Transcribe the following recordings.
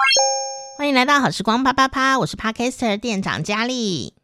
欢迎来到好时光啪啪啪，我是 Podcaster 店长佳丽。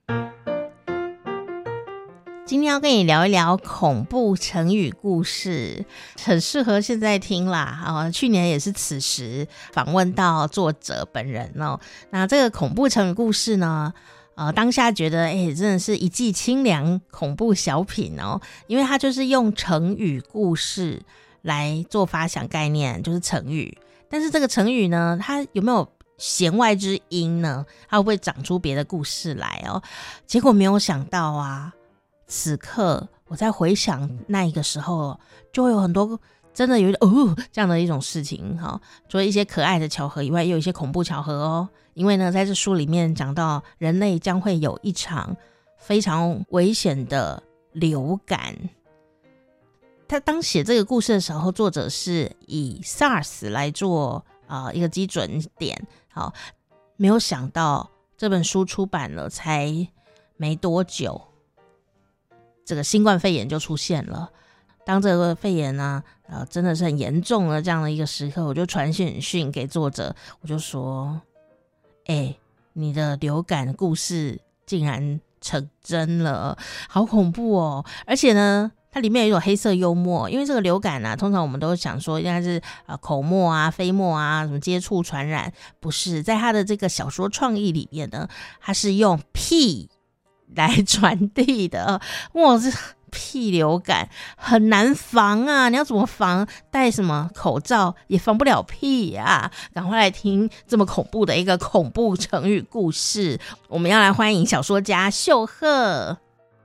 今天要跟你聊一聊恐怖成语故事，很适合现在听啦。去年也是此时访问到作者本人哦。那这个恐怖成语故事呢，当下觉得真的是一剂清凉恐怖小品哦，因为它就是用成语故事来做发想概念，就是成语。但是这个成语呢，它有没有弦外之音呢？它会不会长出别的故事来哦？结果没有想到啊，此刻我在回想那一个时候，就会有很多真的有这样的一种事情哈。除了一些可爱的巧合以外，也有一些恐怖巧合哦。因为呢，在这书里面讲到人类将会有一场非常危险的流感。他当写这个故事的时候，作者是以 SARS 来做一个基准点。好，没有想到这本书出版了才没多久，这个新冠肺炎就出现了。当这个肺炎呢，真的是很严重的这样的一个时刻，我就传讯给作者，我就说，你的流感故事竟然成真了，好恐怖哦！而且呢，它里面有一种黑色幽默，因为这个流感啊，通常我们都想说应该是口沫啊、飞沫啊什么接触传染，不是，在他的这个小说创意里面呢，他是用屁来传递的。哇，这屁流感很难防啊，你要怎么防？戴什么口罩也防不了屁啊！赶快来听这么恐怖的一个恐怖成语故事，我们要来欢迎小说家秀赫。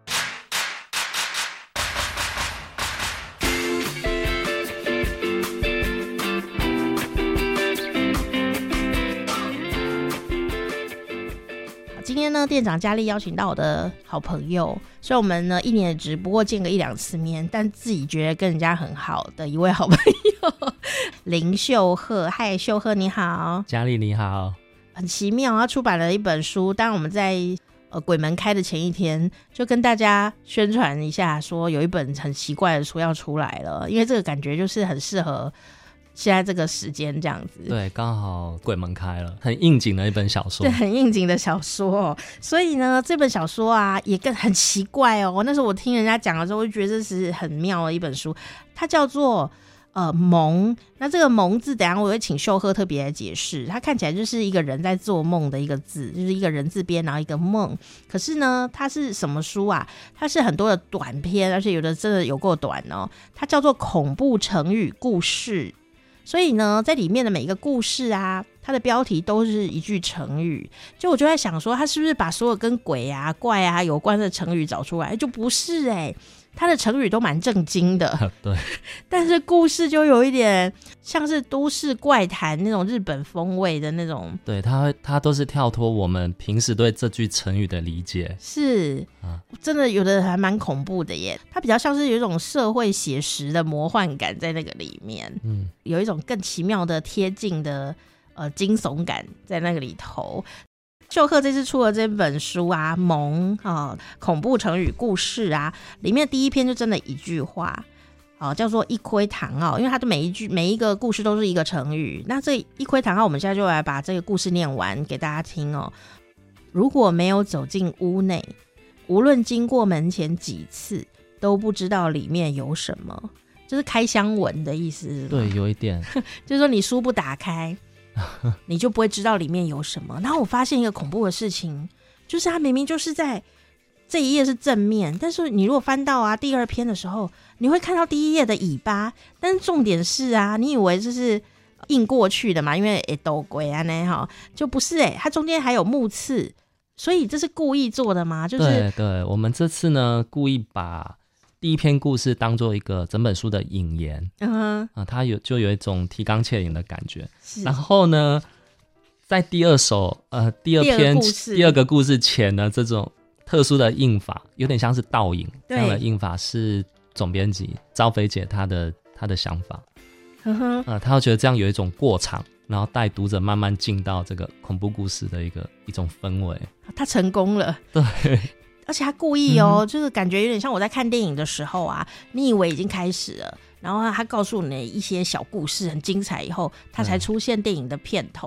今天呢，店长佳丽邀请到我的好朋友，虽然我们呢一年只不过见个1-2次面，但自己觉得跟人家很好的一位好朋友林秀赫。嗨，秀赫你好。 佳丽你好。 很奇妙，他出版了一本书，当然我们在鬼门开的前一天就跟大家宣传一下，说有一本很奇怪的书要出来了，因为这个感觉就是很适合现在这个时间这样子。 对，刚好鬼门开了，很应景的一本小说。 对，很应景的小说所以呢，这本小说啊也很奇怪哦。那时候我听人家讲的时候，我就觉得这是很妙的一本书，它叫做梦。那这个梦字，等一下我会请秀赫特别来解释。它看起来就是一个人在做梦的一个字，就是一个人字边，然后一个梦。可是呢，它是什么书啊？它是很多的短篇，而且有的真的有够短哦。它叫做恐怖成语故事。所以呢，在里面的每一个故事啊，它的标题都是一句成语。我就在想说，他是不是把所有跟鬼啊、怪啊有关的成语找出来？就不是他的成语都蛮正经的对， 但是故事就有一点像是都市怪谈那种日本风味的那种。 对，他都是跳脱我们平时对这句成语的理解。 是真的有的还蛮恐怖的耶，它比较像是有一种社会写实的魔幻感在那个里面。有一种更奇妙的贴近的惊悚感在那个里头。秀赫这次出了这本书啊，梦恐怖成语故事啊，里面第一篇就真的一句话叫做一窥堂奥，因为它的每一个故事都是一个成语。那这一窥堂奥，我们现在就来把这个故事念完给大家听哦。如果没有走进屋内，无论经过门前几次，都不知道里面有什么，就是开箱文的意思。 对，有一点就是说你书不打开你就不会知道里面有什么。然后我发现一个恐怖的事情，就是它明明就是在这一页是正面，但是你如果翻到第二篇的时候，你会看到第一页的尾巴。但是重点是你以为这是印过去的嘛，因为斗鬼就不是它中间还有目次。所以这是故意做的吗？就是对，我们这次呢故意把第一篇故事当做一个整本书的引言。它就有一种提纲挈领的感觉。然后呢，在第二个故事前呢，这种特殊的印法有点像是倒影，这样的印法是总编辑赵菲姐她的想法。她觉得这样有一种过场，然后带读者慢慢进到这个恐怖故事的一种氛围。 她成功了。 对， 而且他故意就是感觉有点像我在看电影的时候你以为已经开始了，然后他告诉你一些小故事很精彩以后，他才出现电影的片头。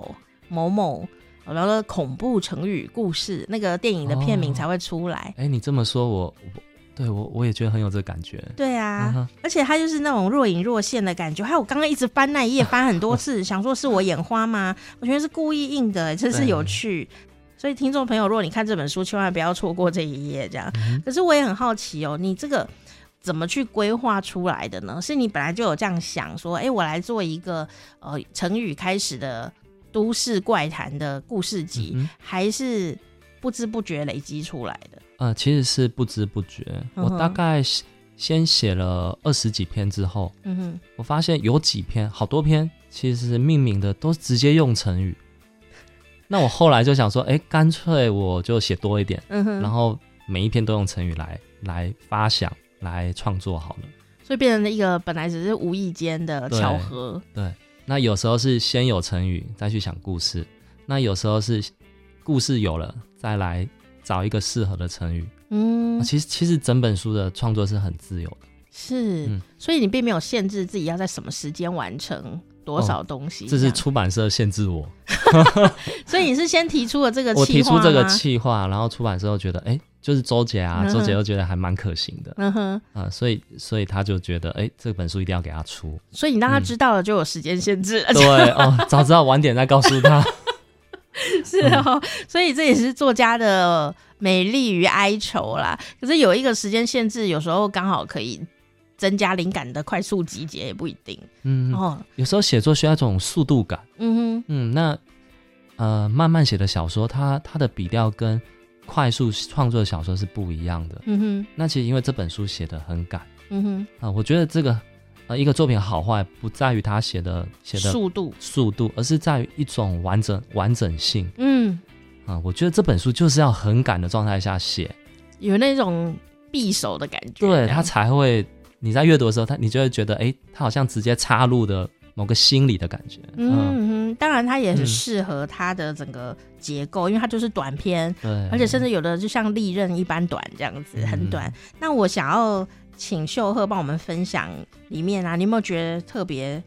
某某然后恐怖成语故事，那个电影的片名才会出来。 你这么说我也觉得很有这个感觉。 对啊，而且它就是那种若隐若现的感觉。还有我刚刚一直翻那一页翻很多次想说是我眼花吗？我觉得是故意印的，真是有趣。所以听众朋友，如果你看这本书千万不要错过这一页这样。可是我也很好奇哦，你这个怎么去规划出来的呢？是你本来就有这样想说我来做一个成语开始的都市怪谈的故事集，还是不知不觉累积出来的？ 其实是不知不觉。我大概先写了20几篇之后，我发现有几篇好多篇其实命名的都直接用成语。那我后来就想说干脆我就写多一点，然后每一篇都用成语来发想来创作好了， 所以变成了一个本来只是无意间的巧合。 对，那有时候是先有成语再去想故事，那有时候是故事有了再来找一个适合的成语。其实整本书的创作是很自由的。 是，所以你并没有限制自己要在什么时间完成多少东西， 这是出版社限制我。 所以你是先提出了这个企划吗？ 我提出这个企划，然后出版社觉得就是周杰啊，周杰又觉得还蛮可行的。所以他就觉得这本书一定要给他出。 所以你让他知道了就有时间限制了。 对早知道晚点再告诉他。 是所以这也是作家的美丽与哀愁啦。可是有一个时间限制，有时候刚好可以增加灵感的快速集结，也不一定。 有时候写作需要一种速度感。那慢慢写的小说，它的笔调跟快速创作的小说是不一样的。那其实因为这本书写得很赶。我觉得这个一个作品好坏不在于他写的速度，而是在于一种完整性。我觉得这本书就是要很赶的状态下写， 有那种匕首的感觉。 对，他才会你在阅读的时候，你就会觉得他好像直接插入的某个心理的感觉。 当然它也是适合它的整个结构，因为它就是短篇，而且甚至有的就像利刃一般短这样子，很短。那我想要请秀赫帮我们分享里面你有没有觉得特别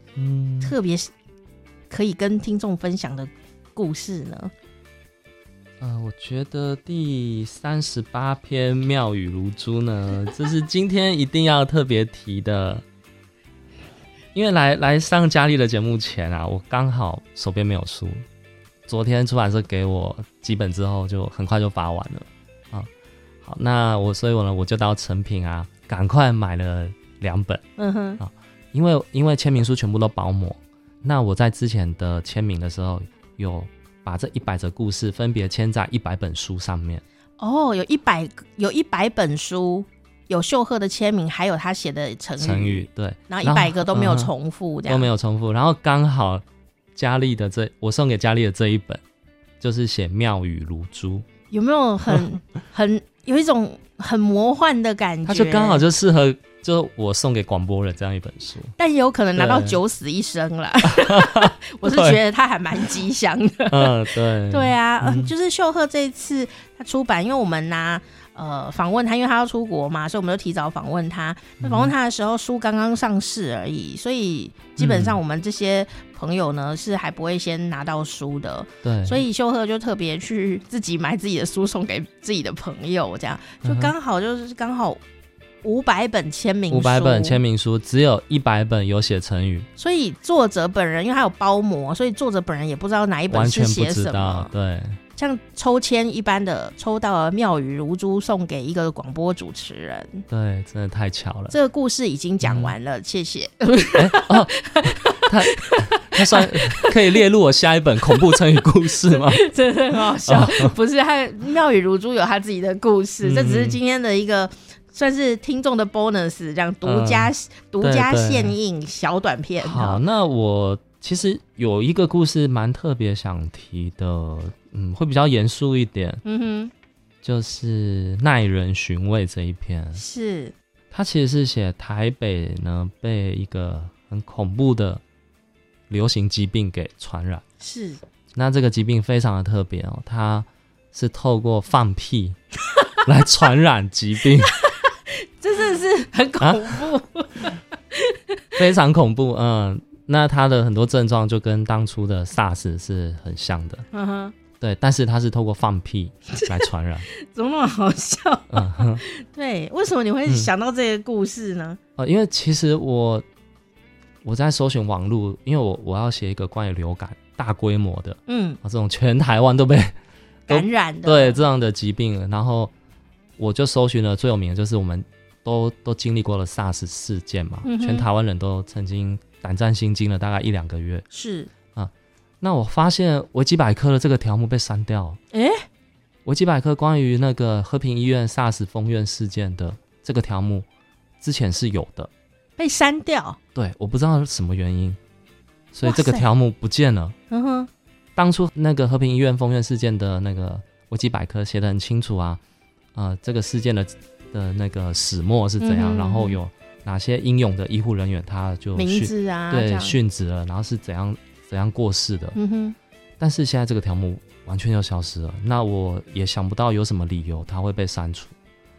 可以跟听众分享的故事呢？ 我觉得第38篇妙语如珠呢，这是今天一定要特别提的。因为来上嘉丽的节目前我刚好手边没有书，昨天出版社给我几本之后就很快就发完了。好，那所以我就到成品赶快买了2本。因为签名书全部都薄膜，那我在之前的签名的时候有把这100则故事分别签在100本书上面。有100本书，有秀赫的签名，还有他写的成语。对，然后100个都没有重复，这样都没有重复。然后刚好嘉丽的我送给嘉丽的这一本就是写妙语如珠。有没有有一种很魔幻的感觉？ 它就刚好就适合就我送给广播人这样一本书， 但也有可能拿到9死1生啦。我是觉得它还蛮吉祥的。对啊，就是秀赫这一次他出版，因为我们访问他，因为他要出国嘛，所以我们就提早访问他。访问他的时候，书刚刚上市而已，所以基本上我们这些朋友呢是还不会先拿到书的。 对， 所以秀赫就特别去自己买自己的书送给自己的朋友，这样就刚好500本签名书 ，500本签名书，只有100本有写成语。 所以作者本人，因为他有包膜，所以作者本人也不知道哪一本是写什么。完全不知道， 对。 像抽签一般的抽到了妙语如珠，送给一个广播主持人。 对，真的太巧了。 这个故事已经讲完了，谢谢。 他算可以列入我下一本恐怖成语故事吗？ 真的很好笑。不是，他妙语如珠有他自己的故事，这只是今天的一个算是听众的 bonus， 这样独家献映小短片。 好，那我其实有一个故事蛮特别想提的，会比较严肃一点。就是耐人寻味这一篇。 是， 他其实是写台北呢被一个很恐怖的流行疾病给传染。 是， 那这个疾病非常的特别它是透过放屁来传染疾病。 这真的是很恐怖。 非常恐怖。 那他的很多症状就跟当初的 SARS 是很像的，对，但是他是透过放屁来传染。 怎么那么好笑对，为什么你会想到这个故事呢？ 因为其实我在搜寻网络，因为我要写一个关于流感大规模的，这种全台湾都被感染的， 对这样的疾病，然后我就搜寻了最有名的就是我们都经历过了 SARS 事件嘛，全台湾人都曾经胆战心惊了大概1-2个月， 是那我发现维基百科的这个条目被删掉了。维基百科关于那个和平医院 SARS 封院事件的这个条目之前是有的， 被删掉。 对，我不知道是什么原因，所以这个条目不见了。当初那个和平医院封院事件的那个维基百科写得很清楚啊，这个事件的那个始末是怎样，然后有哪些英勇的医护人员他就名字啊， 对，殉职了，然后是怎样过世的。但是现在这个条目完全就消失了，那我也想不到有什么理由它会被删除。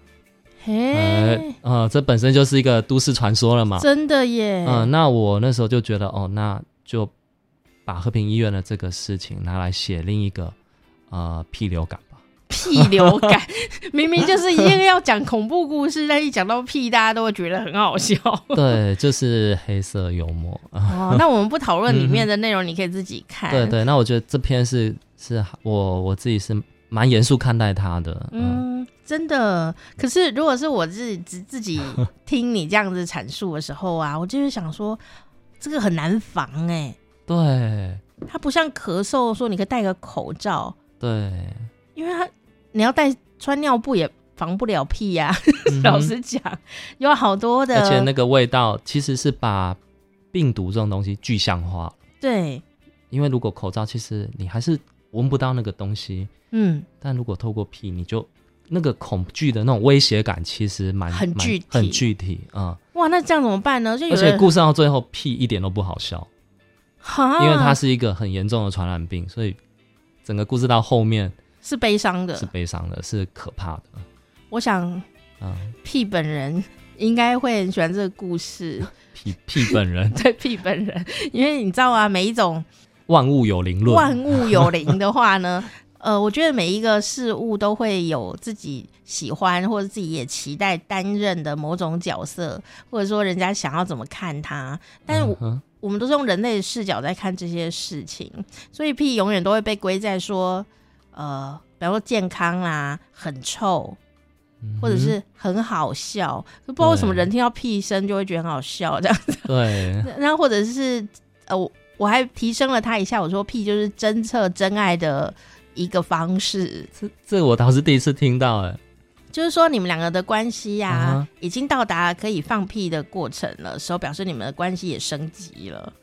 这本身就是一个都市传说了嘛， 真的耶。 那我那时候就觉得那就把和平医院的这个事情拿来写另一个屁流感吧。 屁流感明明就是一定要讲恐怖故事，但一讲到屁大家都会觉得很好笑对，就是黑色幽默那我们不讨论里面的内容你可以自己看。 对对，那我觉得这篇是我自己是蛮严肃看待它的。 真的。可是如果是我自己听你这样子阐述的时候啊我就会想说这个很难防对， 它不像咳嗽说你可以戴个口罩， 对， 因为你要穿尿布也防不了屁啊老实讲有好多的， 而且那个味道其实是把病毒这种东西具象化。 对， 因为如果口罩其实你还是闻不到那个东西，但如果透过屁你就那个恐惧的那种威胁感其实很具体哇，那这样怎么办呢？ 而且故事到最后屁一点都不好笑，因为它是一个很严重的传染病，所以整个故事到后面是悲伤的， 是可怕的。 我想屁本人应该会很喜欢这个故事屁本人对，屁本人，因为你知道啊，每一种万物有灵论， 万物有灵的话呢我觉得每一个事物都会有自己喜欢或者自己也期待担任的某种角色，或者说人家想要怎么看他，但是我们都是用人类的视角在看这些事情，所以屁永远都会被归在说比方说健康啦，很臭，或者是很好笑，不知道为什么人听到屁声就会觉得很好笑这样子。 对， 那或者是我还提升了他一下，我说屁就是侦测真爱的一个方式。 这我倒是第一次听到就是说你们两个的关系啊已经到达可以放屁的过程了时候，表示你们的关系也升级了。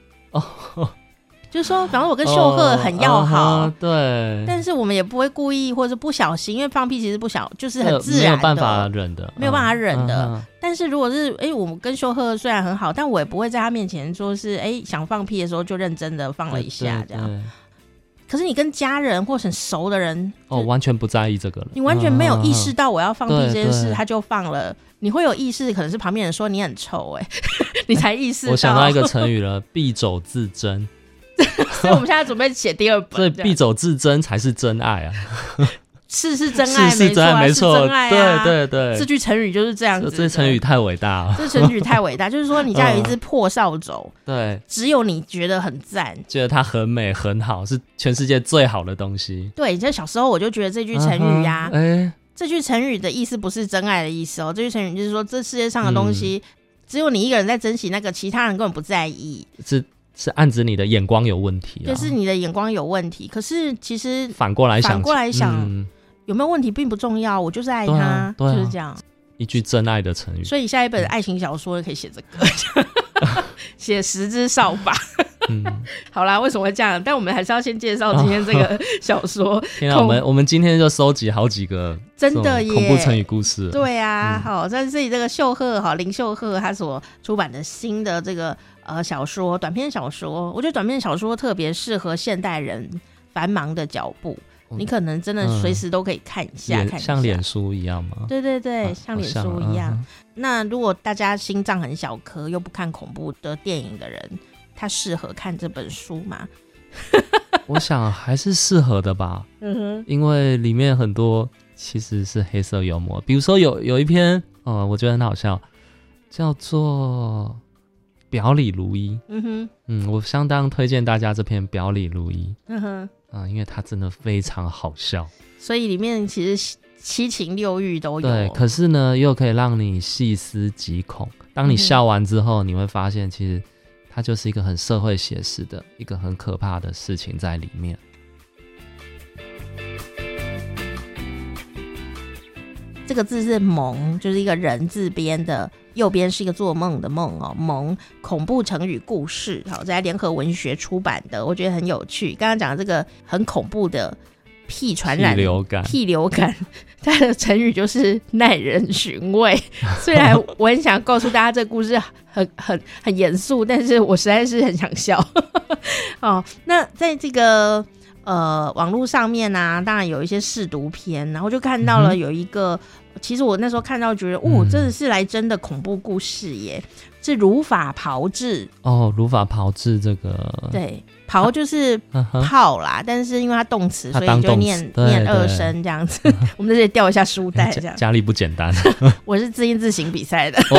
就是说比方说我跟秀赫很要好对， 但是我们也不会故意或者不小心，因为放屁其实不小就是很自然的， 没有办法忍的， 没有办法忍的但是如果是我们跟秀赫虽然很好，但我也不会在他面前说是想放屁的时候就认真的放了一下这样。可是你跟家人或很熟的人完全不在意这个了， 你完全没有意识到我要放屁这件事他就放了，你会有意识可能是旁边人说你很臭你才意识到。 我想到一个成语了敝帚自珍所以我们现在准备写第二本， 所以敝帚自珍才是真爱啊是真爱， 是真爱没错， 是真爱啊， 对对对， 这句成语就是这样子。 这成语太伟大了， 这成语太伟大，就是说你家有一只破扫帚， 对， 只有你觉得很赞， 觉得它很美很好，是全世界最好的东西。 对，这小时候我就觉得这句成语呀，这句成语的意思不是真爱的意思这句成语就是说这世界上的东西只有你一个人在珍惜那个，其他人根本不在意， 是暗指你的眼光有问题就是你的眼光有问题。可是其实反过来想有没有问题并不重要，我就是爱他，就是这样一句真爱的成语。 所以下一本爱情小说可以写这个写10只扫把好啦，为什么会这样？但我们还是要先介绍今天这个小说天啊，我们今天就收集好几个真的耶恐怖成语故事。 对啊好，在这里这个秀赫林秀赫他所出版的新的这个小说，短篇小说，我觉得短篇小说特别适合现代人繁忙的脚步，你可能真的随时都可以看一下， 像脸书一样吗？ 对对对，像脸书一样那如果大家心脏很小颗又不看恐怖的电影的人， 他适合看这本书吗？ 我想还是适合的吧，因为里面很多其实是黑色幽默，比如说有一篇，我觉得很好笑，叫做《表里如一》。我相当推荐大家这篇《表里如一》。因为它真的非常好笑， 所以里面其实七情六欲都有。 对，可是呢，又可以让你细思极恐。当你笑完之后，你会发现，其实它就是一个很社会写实的一个很可怕的事情在里面。 这个字是蒙，就是一个人字边的，右边是一个做梦的梦哦。蒙，恐怖成语故事，好，在联合文学出版的，我觉得很有趣。刚刚讲的这个很恐怖的屁传染屁流感，它的成语就是耐人寻味。虽然我很想告诉大家这个故事很严肃，但是我实在是很想笑。哦，那在这个网络上面啊，当然有一些试读片，然后就看到了有一个，其实我那时候看到觉得，真的是来真的恐怖故事耶，是如法炮制。如法炮制这个，对，炮就是炮啦，但是因为它动词，所以就念二声这样子。我们这里掉一下书袋，这样家里不简单。 我是字音字形比赛的。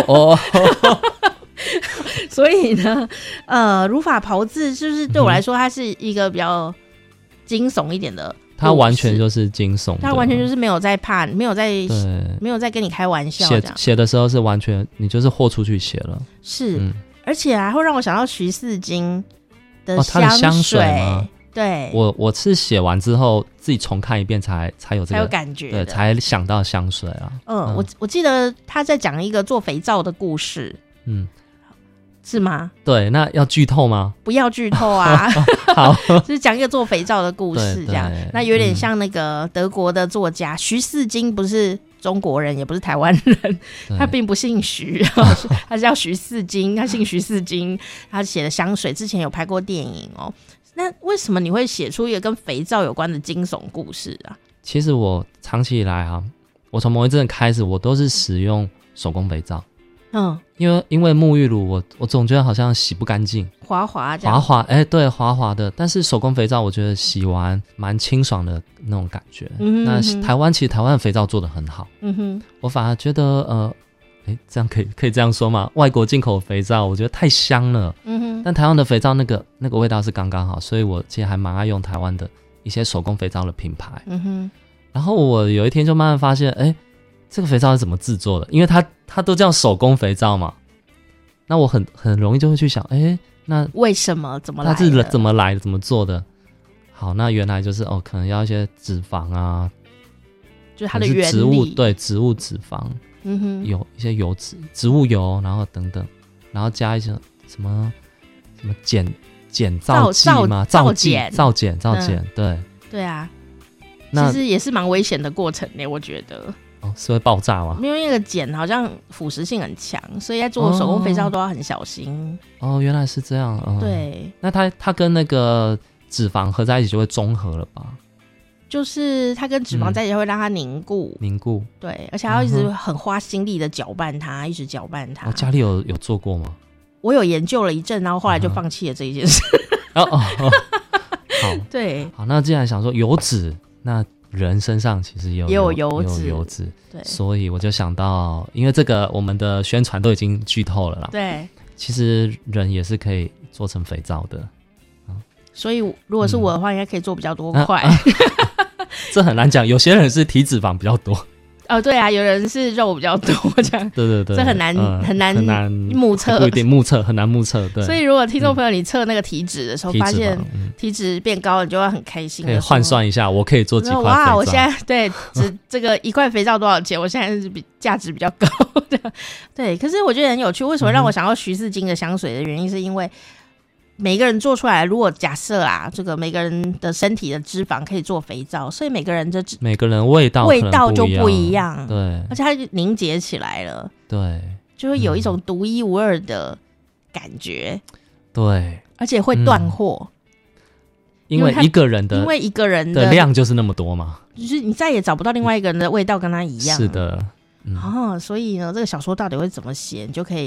所以呢，如法炮制就是对我来说，它是一个比较惊悚一点的， 他完全就是惊悚的， 他完全就是没有在怕，没有在跟你开玩笑这样。 写的时候是完全你就是豁出去写了， 是，而且还会让我想到徐四金的香水吗？ 对， 我是写完之后自己重看一遍才有这个才有感觉， 对，才想到香水啊。 我记得他在讲一个做肥皂的故事，是吗？ 对，那要剧透吗？ 不要剧透啊！ 好， 就是讲一个做肥皂的故事，这样。那有点像那个德国的作家徐四金，不是中国人，也不是台湾人，他并不姓徐，他叫徐四金，他姓徐四金。他写的香水之前有拍过电影哦。那为什么你会写出一个跟肥皂有关的惊悚故事啊？ 其实我长期以来啊，我从某一阵开始，我都是使用手工肥皂。因为沐浴乳我总觉得好像洗不干净， 滑滑这样， 对，滑滑的。但是手工肥皂我觉得洗完蛮清爽的那种感觉。那台湾的肥皂做得很好。我反而觉得这样可以这样说吗？外国进口肥皂我觉得太香了。但台湾的肥皂那个味道是刚刚好，所以我其实还蛮爱用台湾的一些手工肥皂的品牌。然后我有一天就慢慢发现，这个肥皂是怎么制作的？因为它都叫手工肥皂嘛，那我很容易就会去想，那为什么怎么来的？ 它是怎么来的？怎么做的？好，那原来就是可能要一些脂肪啊， 就是它的原理， 植物脂肪，有一些油脂、植物油，然后等等，然后加一些什么碱皂剂吗？皂碱， 对啊，其实也是蛮危险的过程呢，我觉得。 是会爆炸吗？ 因为那个碱好像腐蚀性很强，所以在做手工肥皂都要很小心。 原来是这样。 对， 那它跟那个脂肪合在一起就会中和了吧？ 就是它跟脂肪在一起会让它凝固。对，而且还要一直很花心力的搅拌它，一直搅拌它。 家里有做过吗？ 我有研究了一阵，然后后来就放弃了这一件事。 好， 对， 好，那既然想说油脂，那人身上其实也有油脂， 对， 所以我就想到，因为这个我们的宣传都已经剧透了啦。 对， 其实人也是可以做成肥皂的。 所以如果是我的话，应该可以做比较多块。 这很难讲，有些人是体脂肪比较多。 对啊，有人是肉比较多这样。 对， 这很难目测， 不一定很难目测。对， 所以如果听众朋友你测那个体脂的时候，发现体脂变高了，你就会很开心的， 可以换算一下，我可以做几块肥皂。 哇，我现在对这个一块肥皂多少钱？我现在是价值比较高的。对，可是我觉得很有趣，为什么让我想到徐四金的香水的原因，是因为每个人做出来，如果假设这个每个人的身体的脂肪可以做肥皂，所以每个人味道就不一样， 对， 而且它凝结起来了， 对， 就会有一种独一无二的感觉， 对， 而且会断货， 因为一个人的量就是那么多嘛， 就是你再也找不到另外一个人的味道跟他一样， 是的， 所以呢，这个小说到底会怎么写，你就可以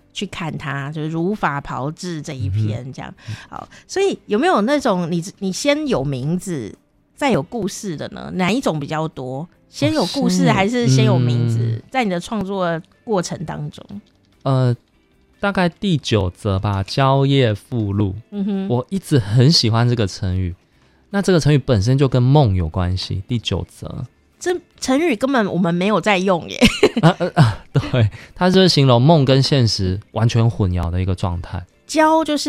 去看它，就是如法炮制这一篇这样。好，所以有没有那种你先有名字再有故事的呢？哪一种比较多？先有故事还是先有名字？在你的创作过程当中， 大概第9则吧，蕉叶附露。我一直很喜欢这个成语。那这个成语本身就跟梦有关系。第9则， 这成语根本我们没有在用耶。 对，它就是形容梦跟现实完全混淆的一个状态。 蕉就是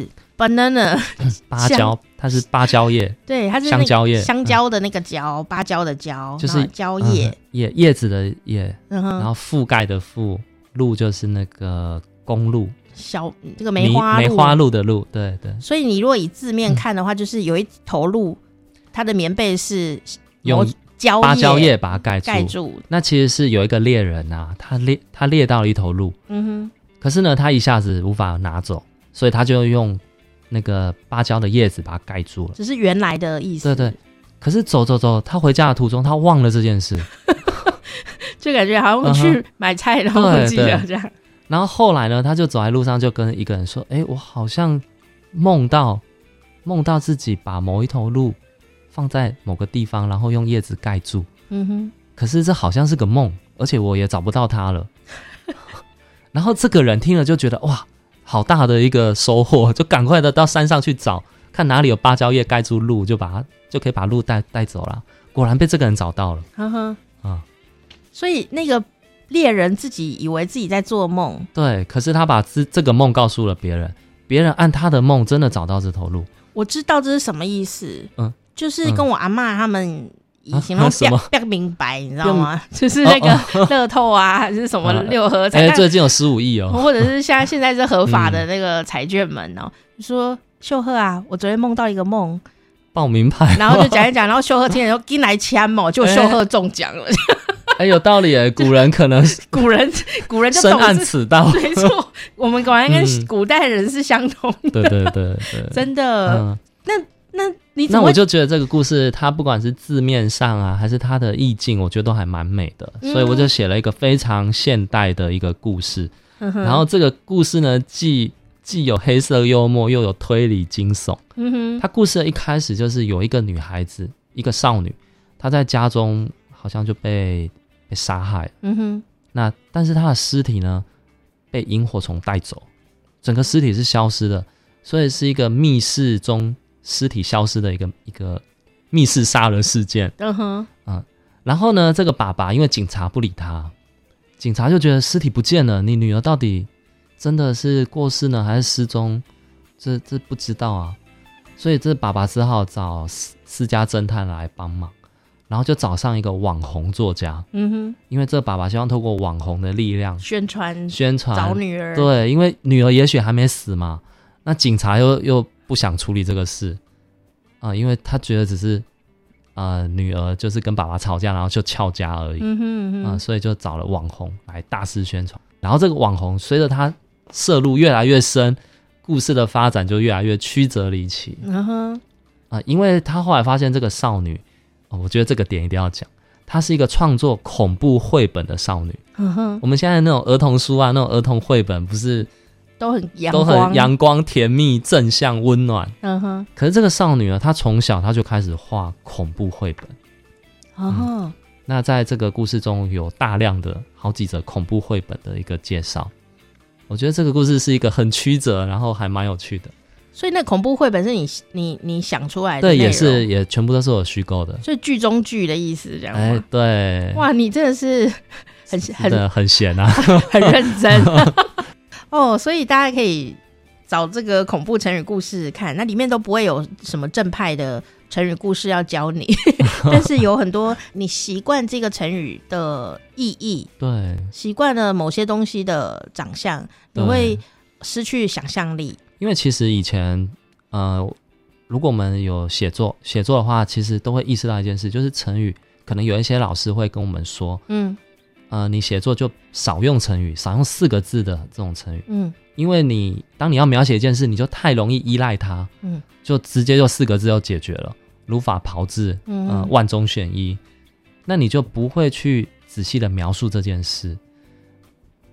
banana， 芭蕉，它是芭蕉叶， 对，它是香蕉叶， 香蕉的那个蕉，芭蕉的蕉， 就是蕉叶， 叶子的叶，然后覆盖的覆，露就是那个公路。 这个梅花鹿的鹿，对对。 所以你如果以字面看的话，就是有一头鹿，它的棉被是用芭蕉叶把它盖住。那其实是有一个猎人啊，他猎到了一头鹿，可是呢，他一下子无法拿走，所以他就用那个芭蕉的叶子把它盖住了。 只是原来的意思。 对对。可是走，他回家的途中，他忘了这件事， 就感觉好像去买菜然后忘记了这样。 然后后来呢，他就走在路上，就跟一个人说：“我好像梦到自己把某一头鹿放在某个地方，然后用叶子盖住。可是这好像是个梦，而且我也找不到它了。”然后这个人听了就觉得哇，好大的一个收获，就赶快的到山上去找，看哪里有芭蕉叶盖住鹿，就可以把鹿带走了。果然被这个人找到了。 所以那个猎人自己以为自己在做梦， 对，可是他把这个梦告诉了别人，别人按他的梦真的找到这头鹿。 我知道这是什么意思，就是跟我阿嬷他们以前都不明白，你知道吗？就是那个乐透啊，还是什么6合彩， 最近有15亿哦， 或者是现在是合法的那个彩券们哦，就说秀赫啊，我昨天梦到一个梦， 报名牌， 然后就讲一讲，然后秀赫听了就进来签嘛，就秀赫中奖了。 有道理耶，古人可能古人就深谙此道， 没错，我们果然跟古代人是相同的。 对， 真的。那你怎么？ 那我就觉得这个故事，它不管是字面上啊，还是它的意境，我觉得都还蛮美的，所以我就写了一个非常现代的一个故事。然后这个故事呢，既有黑色幽默，又有推理惊悚。它故事的一开始就是有一个女孩子，一个少女，她在家中好像就被杀害了。那但是她的尸体呢，被萤火虫带走，整个尸体是消失的，所以是一个密室中尸体消失的一个密室杀人事件。然后呢，这个爸爸因为警察不理他，警察就觉得尸体不见了，你女儿到底真的是过世呢，还是失踪？这不知道啊。所以这爸爸只好找私家侦探来帮忙。然后就找上一个网红作家，因为这个爸爸希望透过网红的力量宣传找女儿， 对，因为女儿也许还没死嘛，那警察又不想处理这个事因为他觉得只是女儿就是跟爸爸吵架，然后就翘家而已，所以就找了网红来大肆宣传。然后这个网红随着他涉入越来越深，故事的发展就越来越曲折离奇。因为他后来发现这个少女。我觉得这个点一定要讲，她是一个创作恐怖绘本的少女。我们现在那种儿童书啊，那种儿童绘本不是都很阳光、甜蜜、正向、温暖。可是这个少女呢，她从小她就开始画恐怖绘本。那在这个故事中有大量的好几则恐怖绘本的一个介绍。我觉得这个故事是一个很曲折，然后还蛮有趣的。 所以那恐怖绘本是你想出来的内容？对，也全部都是我虚构的。 所以剧中剧的意思这样吗？ 对。 哇，你真的是很闲啊， 很认真。所以大家可以找这个恐怖成语故事看，那里面都不会有什么正派的成语故事要教你，但是有很多你习惯这个成语的意义， 对， 习惯了某些东西的长相，你会失去想象力。 因为其实以前如果我们有写作的话，其实都会意识到一件事，就是成语可能有一些老师会跟我们说，你写作就少用成语，少用4个字的这种成语，因为当你要描写一件事，你就太容易依赖它，就直接就4个字就解决了，如法炮制，万中选一，那你就不会去仔细的描述这件事。那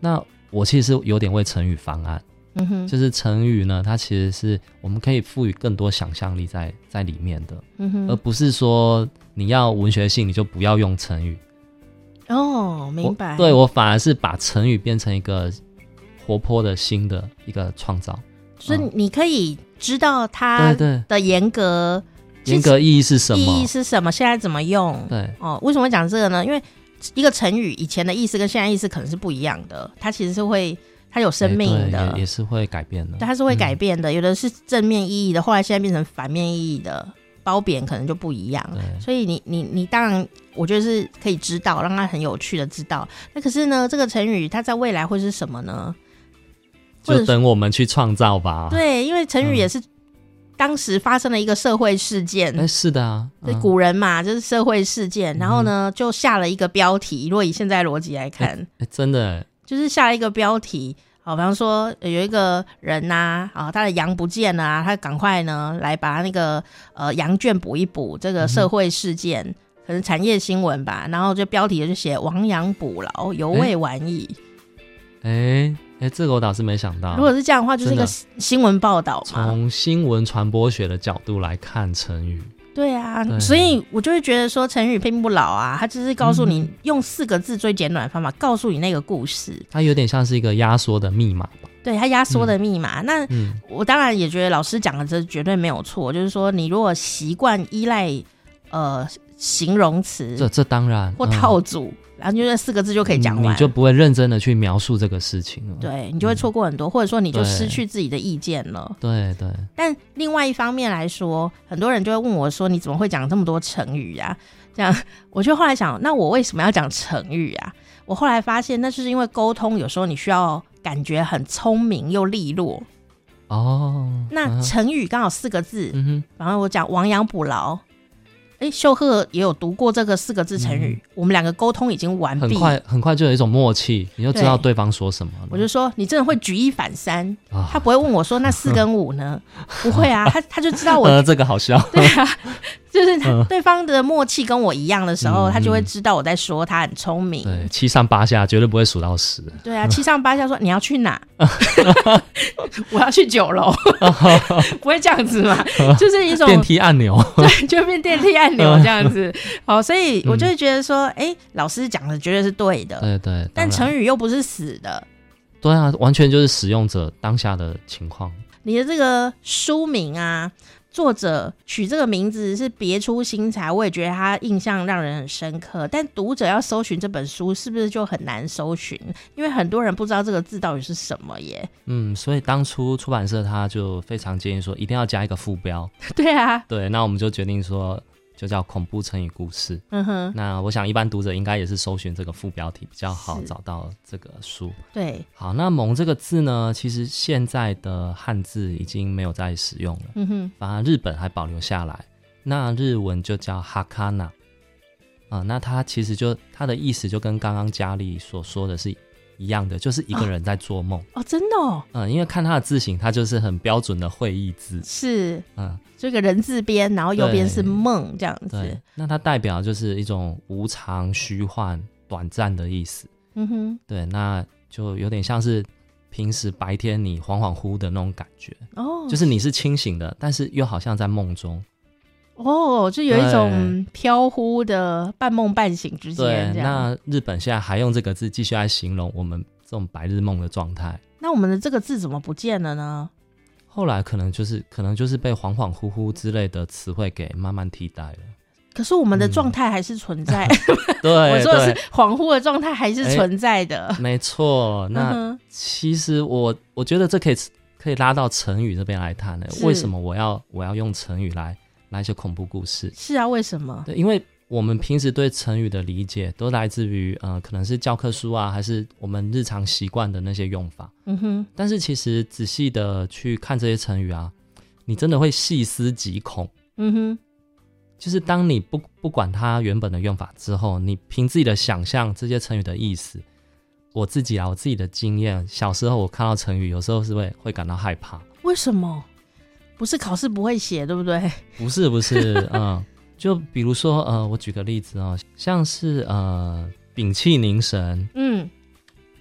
我其实有点为成语方案，就是成语呢，它其实是我们可以赋予更多想象力在里面的，而不是说你要文学性你就不要用成语。 哦，明白。 对，我反而是把成语变成一个活泼的新的一个创造， 所以你可以知道它的严格意义是什么， 现在怎么用。 对， 为什么讲这个呢？因为一个成语以前的意思跟现在意思可能是不一样的，它其实是它有生命的， 也是会改变的。 它是会改变的，有的是正面意义的，后来现在变成反面意义的，褒贬可能就不一样。所以你当然我觉得是可以知道，让它很有趣的知道。那可是呢，这个成语它在未来会是什么呢？ 就等我们去创造吧。 对，因为成语也是当时发生了一个社会事件。 是的啊， 古人嘛，就是社会事件，然后呢就下了一个标题。如果以现在逻辑来看， 真的就是下了一个标题。比方说有一个人他的羊不见了他赶快呢来把那个羊圈补一补，这个社会事件，可能产业新闻吧，然后就标题就写亡羊补牢，犹未晚矣。 这个我倒是没想到。 如果是这样的话，就是一个新闻报道嘛。 从新闻传播学的角度来看成语。 对啊，所以我就会觉得说成语拼不老啊，它只是告诉你用4个字最简短的方法告诉你那个故事， 它有点像是一个压缩的密码吧。 对，它压缩的密码。那我当然也觉得老师讲的这绝对没有错，就是说你如果习惯依赖形容词， 这当然或套组，然后就那4个字就可以讲完， 你就不会认真的去描述这个事情了。 对，你就会错过很多，或者说你就失去自己的意见了。 对对。 但另外一方面来说，很多人就会问我说：“你怎么会讲这么多成语啊？”这样，我就后来想，那我为什么要讲成语啊？我后来发现，那就是因为沟通有时候你需要感觉很聪明又利落。那成语刚好4个字，然后我讲亡羊补牢。秀赫也有读过这个4个字成语，我们2个沟通已经完毕， 很快就有一种默契，你就知道对方说什么了。 我就说你真的会举一反三，他不会问我说那4跟5呢？不会啊，他就知道我这个好笑。 对啊，就是对方的默契跟我一样的时候，他就会知道我在说他很聪明。 对，7上8下绝对不会数到10。 对啊，7上8下说你要去哪？我要去9楼，不会这样子嘛？就是一种电梯按钮， 对，就变电梯按钮这样子。好，所以我就会觉得说，老师讲的绝对是对的。 对对， 但成语又不是死的。 对啊，完全就是使用者当下的情况。 你的这个书名啊，作者取这个名字是别出心裁，我也觉得他印象让人很深刻。但读者要搜寻这本书，是不是就很难搜寻？因为很多人不知道这个字到底是什么耶。 所以当初出版社他就非常建议说，一定要加一个副标。 对啊， 对，那我们就决定说，就叫恐怖成语故事。那我想一般读者应该也是搜寻这个副标题比较好找到这个书。 对， 好，那蒙这个字呢，其实现在的汉字已经没有在使用了，反而日本还保留下来。那日文就叫哈卡纳那它其实就它的意思就跟刚刚佳丽所说的是一样的，就是一个人在做梦。 真的因为看它的字形，它就是很标准的会意字，是这个人字边，然后右边是梦这样子。 对，那它代表就是一种无常、虚幻、短暂的意思。对，那就有点像是平时白天你恍恍惚惚的那种感觉。就是你是清醒的，但是又好像在梦中。 就有一种飘忽的半梦半醒之间。 对，那日本现在还用这个字继续来形容我们这种白日梦的状态。 那我们的这个字怎么不见了呢？ 后来可能就是被恍恍惚惚之类的词汇给慢慢替代了。 可是我们的状态还是存在。 对， 我说的是恍惚的状态还是存在的。 没错。那其实我觉得这可以拉到成语这边来谈。为什么我要用成语来写恐怖故事？ 是啊，为什么？ 对，因为我们平时对成语的理解都来自于可能是教科书啊，还是我们日常习惯的那些用法。但是其实仔细的去看这些成语啊，你真的会细思极恐。就是当你不管它原本的用法之后，你凭自己的想象这些成语的意思。我自己的经验，小时候我看到成语有时候是会感到害怕。 为什么？不是考试不会写，对不对？ 不是就比如说我举个例子像是屏气凝神，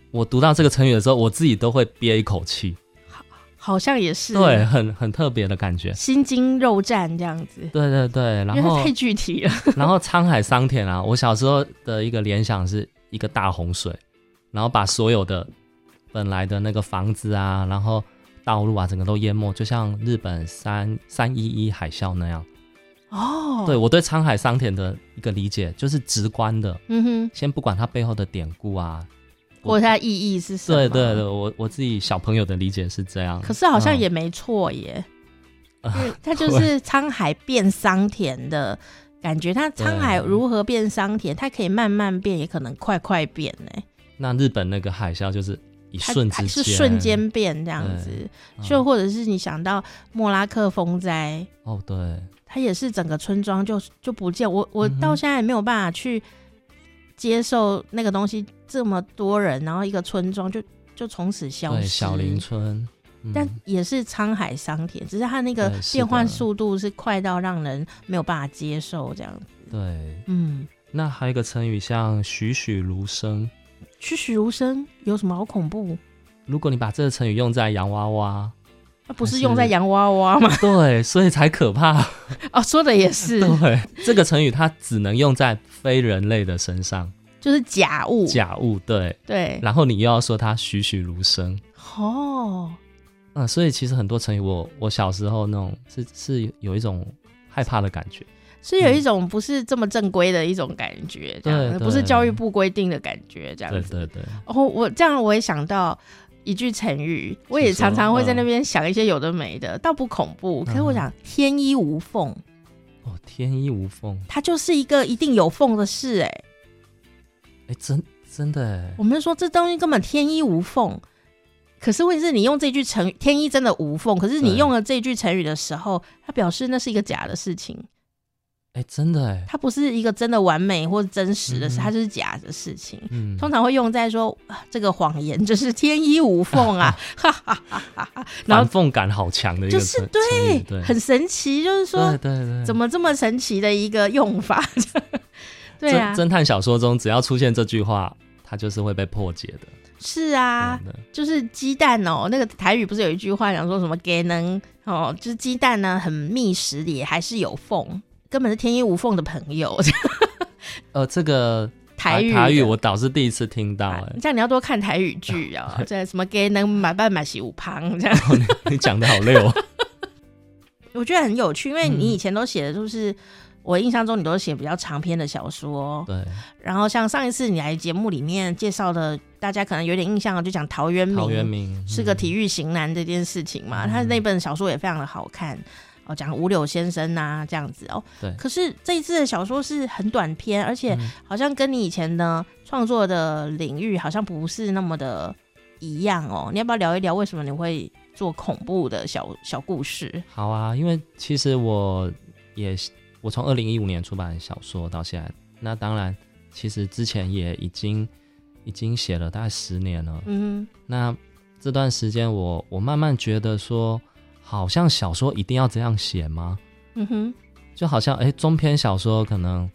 我读到这个成语的时候，我自己都会憋一口气， 好像也是， 对，很特别的感觉， 心惊肉战这样子。 对对对，然后因为它太具体了。 然后沧海桑田啊，我小时候的一个联想是一个大洪水，然后把所有的本来的那个房子啊，然后道路啊，整个都淹没，就像日本311海啸那样。 哦， 对，我对沧海桑田的一个理解就是直观的，先不管它背后的典故啊， 或者它的意义是什么。 对对对，我自己小朋友的理解是这样。 可是好像也没错耶，因为它就是沧海变桑田的感觉。它沧海如何变桑田，它可以慢慢变，也可能快快变呢。 那日本那个海啸就是一瞬之间， 是瞬间变这样子，就或者是你想到莫拉克风灾， 哦，对， 它也是整个村庄就不见。我到现在也没有办法去接受那个东西，这么多人，然后一个村庄就从此消失。 对，小林村， 但也是沧海桑田，只是它那个变换速度是快到让人没有办法接受这样子。 对，那还有一个成语像栩栩如生。 栩栩如生有什么好恐怖？ 如果你把这个成语用在洋娃娃， 那不是用在洋娃娃吗？ 对，所以才可怕。 哦，说的也是。 对，这个成语它只能用在非人类的身上， 就是假物。 假物，对对。 然后你又要说它栩栩如生。 哦。 所以其实很多成语我小时候那种是有一种害怕的感觉。 是有一种不是这么正规的一种感觉，这样不是教育部规定的感觉，这样子。 对对对。 然后我也想到一句成语，我也常常会在那边想一些有的没的，倒不恐怖，可是我想天衣无缝。 哦，天衣无缝， 它就是一个一定有缝的事， 真的哎。 我们说这东西根本天衣无缝，可是问题是你用这句成语天衣真的无缝，可是你用了这句成语的时候，它表示那是一个假的事情。 真的哎， 它不是一个真的完美或真实的事，它就是假的事情。通常会用在说这个谎言就是天衣无缝啊，哈哈哈哈哈。 反讽感好强的一个就是对，很神奇，就是说对， 怎么这么神奇的一个用法？对啊， 侦探小说中只要出现这句话，它就是会被破解的。 是啊，就是鸡蛋哦，那个台语不是有一句话讲说什么给能哦，就是鸡蛋呢很密实里还是有缝。根本是天衣无缝的朋友。 这个台语我倒是第一次听到。 这样你要多看台语剧啊，这什么给能买半买洗五旁这样。 你讲的好溜。 我觉得很有趣，因为你以前都写的就是我印象中你都写比较长篇的小说。 对。 然后像上一次你来节目里面介绍的，大家可能有点印象，就讲陶渊明是个体育型男这件事情嘛，他那本小说也非常的好看。讲五柳先生啊这样子哦。 对。 可是这一次的小说是很短篇，而且好像跟你以前的创作的领域好像不是那么的一样哦。你要不要聊一聊为什么你会做恐怖的小故事？ 好啊，因为其实我从2015年出版小说到现在，那当然其实之前也已经写了大概10年了。那这段时间我慢慢觉得说，好像小说一定要这样写吗？就好像中篇小说可能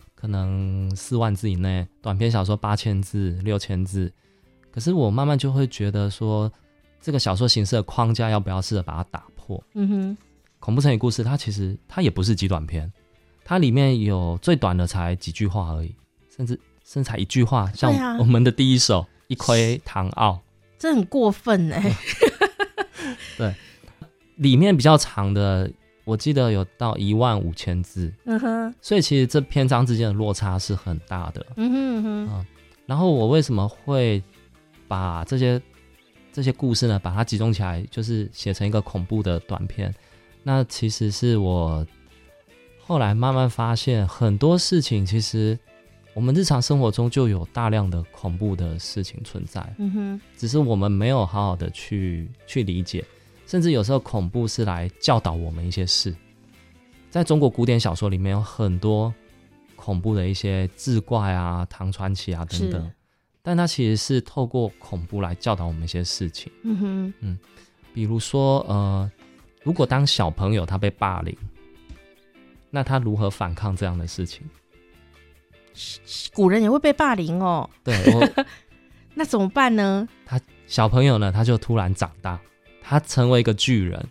4万字以内，短篇小说8000字、6000字。可是我慢慢就会觉得说，这个小说形式的框架要不要试着把它打破？恐怖成语故事它其实它也不是极短篇，它里面有最短的才几句话而已，甚至才一句话，像我们的第一首一窥唐傲， 这很过分对。里面比较长的我记得有到15000字。所以其实这篇章之间的落差是很大的。然后我为什么会把这些故事呢把它集中起来，就是写成一个恐怖的短片？那其实是我后来慢慢发现，很多事情其实我们日常生活中就有大量的恐怖的事情存在。只是我们没有好好的去理解，甚至有时候恐怖是来教导我们一些事。在中国古典小说里面有很多恐怖的一些志怪啊、唐传奇啊等等，但它其实是透过恐怖来教导我们一些事情。比如说如果当小朋友他被霸凌，那他如何反抗这样的事情？ 古人也会被霸凌哦。 对， 那怎么办呢？ 他小朋友呢，他就突然长大，他成为一个巨人。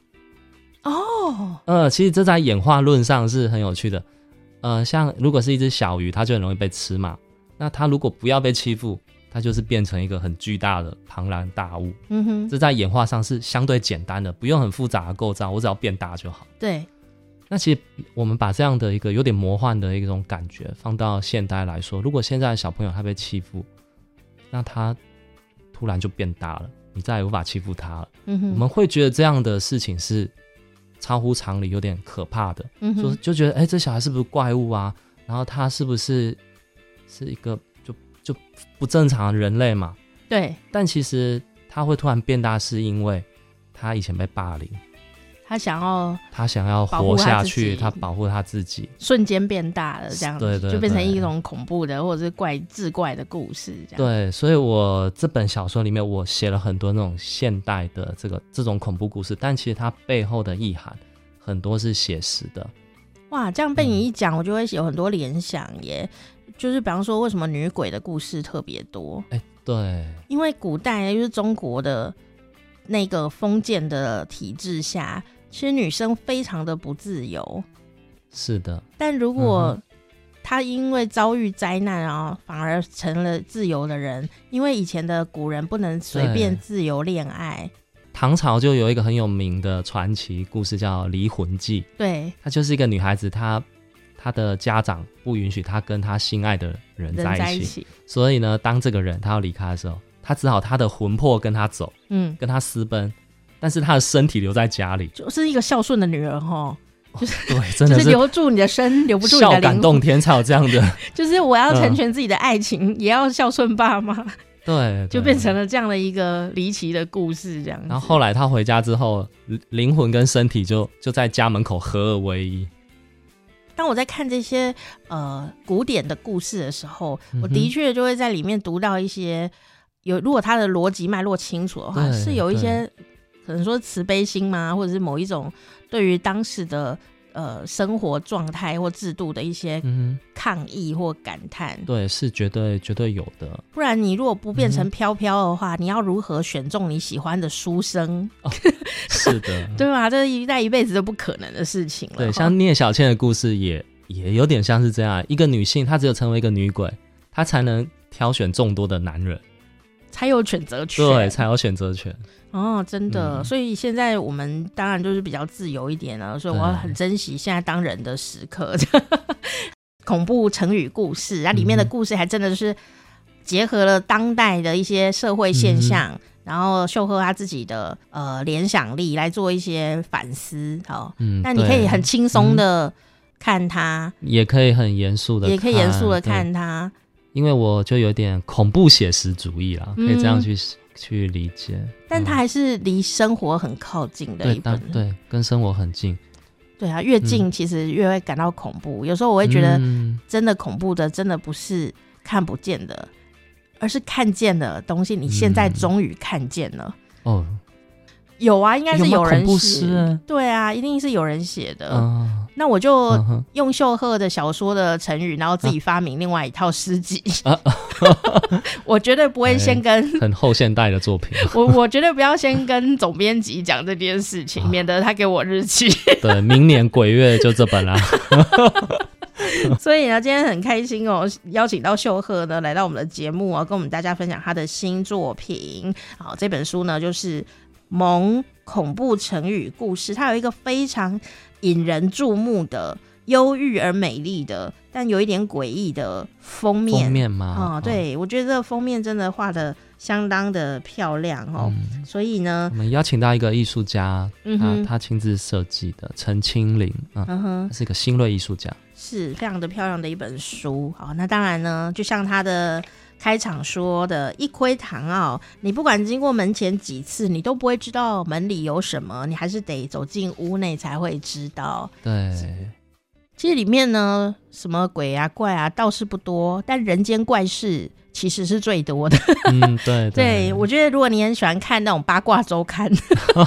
其实这在演化论上是很有趣的。像如果是一只小鱼，它就很容易被吃嘛。那它如果不要被欺负，它就是变成一个很巨大的庞然大物。这在演化上是相对简单的，不用很复杂的构造，我只要变大就好。 对。 那其实我们把这样的一个有点魔幻的一种感觉放到现代来说，如果现在的小朋友他被欺负，那他突然就变大了，你再也无法欺负他了。我们会觉得这样的事情是超乎常理，有点可怕的。就觉得这小孩是不是怪物啊？然后他是不是一个就不正常的人类嘛？ 对。 但其实他会突然变大，是因为他以前被霸凌，他想要活下去，他保护他自己，瞬间变大了，这样子。对，就变成一种恐怖的或者是志怪的故事这样。 对，所以我这本小说里面我写了很多那种现代的这种恐怖故事，但其实它背后的意涵很多是写实的。 哇，这样被你一讲，我就会有很多联想耶。就是比方说，为什么女鬼的故事特别多？ 对， 因为古代就是中国的那个封建的体制下，其实女生非常的不自由。 是的。 但如果她因为遭遇灾难啊，反而成了自由的人，因为以前的古人不能随便自由恋爱。 唐朝就有一个很有名的传奇故事叫《离魂记》。 对， 她就是一个女孩子，她的家长不允许她跟她心爱的人在一起，所以呢，当这个人她要离开的时候，她只好她的魂魄跟她走，跟她私奔，但是她的身体留在家里， 就是一个孝顺的女儿齁。 对，真的是留住你的身，留不住你的灵魂， 孝感动天才有这样的就是我要成全自己的爱情，也要孝顺爸妈。 对， 就变成了这样的一个离奇的故事这样子。 然后后来他回家之后，灵魂跟身体就在家门口合而为一。 当我在看这些古典的故事的时候，我的确就会在里面读到一些如果它的逻辑脉络清楚的话，是有一些可能说慈悲心吗，或者是某一种对于当时的生活状态或制度的一些抗议或感叹。 对，是绝对有的。 不然你如果不变成飘飘的话，你要如何选中你喜欢的书生？ 是的。 对吧？这一辈子都不可能的事情了。 对，像聂小倩的故事也有点像是这样，一个女性她只有成为一个女鬼，她才能挑选众多的男人， 才有选择权。 对，才有选择权。 真的。所以现在我们当然就是比较自由一点了，所以我很珍惜现在当人的时刻。恐怖成语故事，里面的故事还真的是结合了当代的一些社会现象，然后秀赫他自己的联想力来做一些反思。那你可以很轻松的看它， 也可以很严肃的看它。 因为我就有点恐怖写实主义啦，可以这样去理解。 但它还是离生活很靠近的一本。 对，跟生活很近。 对啊，越近其实越会感到恐怖。有时候我会觉得真的恐怖的真的不是看不见的，而是看见的东西你现在终于看见了。有啊，应该是有人写。对啊，一定是有人写的。那我就用秀赫的小说的成语，然后自己发明另外一套诗集。我绝对不会先跟很后现代的作品。 我绝对不要先跟总编辑讲这件事情，免得他给我日期。 对，明年鬼月就这本啦。 所以呢，今天很开心邀请到秀赫呢来到我们的节目跟我们大家分享他的新作品。好，这本书呢就是萌恐怖成语故事，它有一个非常引人注目的忧郁而美丽的但有一点诡异的封面吗？ 对，我觉得这个封面真的画得相当的漂亮所以呢我们邀请到一个艺术家，他亲自设计的陈清林，他是一个新锐艺术家， 是非常的漂亮的一本书。好，那当然呢，就像他的开场说的，一窥堂你不管经过门前几次，你都不会知道门里有什么，你还是得走进屋内才会知道。 对， 其实里面呢什么鬼啊怪啊倒是不多，但人间怪事其实是最多的。对，我觉得如果你很喜欢看那种八卦周刊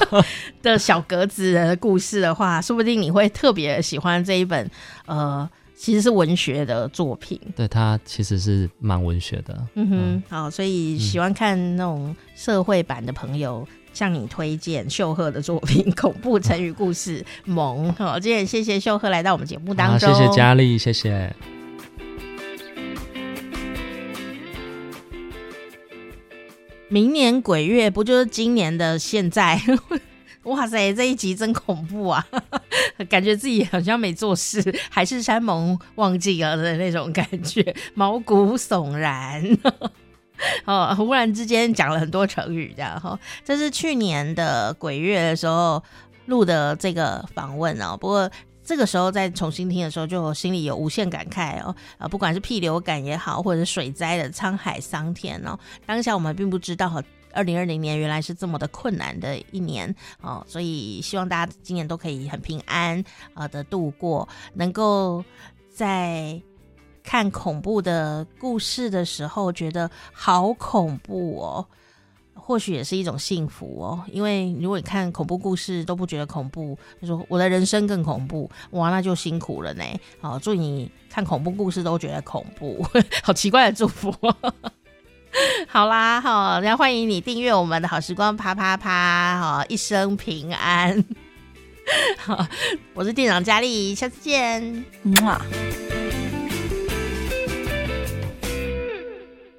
的小格子的故事的话，说不定你会特别喜欢这一本其实是文学的作品。 对，它其实是蛮文学的。 好，所以喜欢看那种社会版的朋友，向你推荐秀赫的作品《恐怖成语故事萌》。好，今天谢谢秀赫来到我们节目当中。 谢谢佳丽，谢谢。 明年鬼月不就是今年的现在？哇塞，这一集真恐怖啊！感觉自己好像没做事，海誓山盟忘记了的那种感觉，毛骨悚然。忽然之间讲了很多成语，这样这是去年的鬼月的时候录的这个访问哦。不过这个时候再重新听的时候，就心里有无限感慨哦。不管是屁流感也好，或者是水灾的沧海桑田哦，当下我们并不知道2020年原来是这么的困难的一年哦，所以希望大家今年都可以很平安的度过，能够在看恐怖的故事的时候觉得好恐怖哦，或许也是一种幸福哦。因为如果你看恐怖故事都不觉得恐怖，就说我的人生更恐怖，哇，那就辛苦了呢。好，祝你看恐怖故事都觉得恐怖，好奇怪的祝福好啦，那欢迎你订阅我们的好时光啪啪啪，一生平安。好，我是店长佳丽，下次见。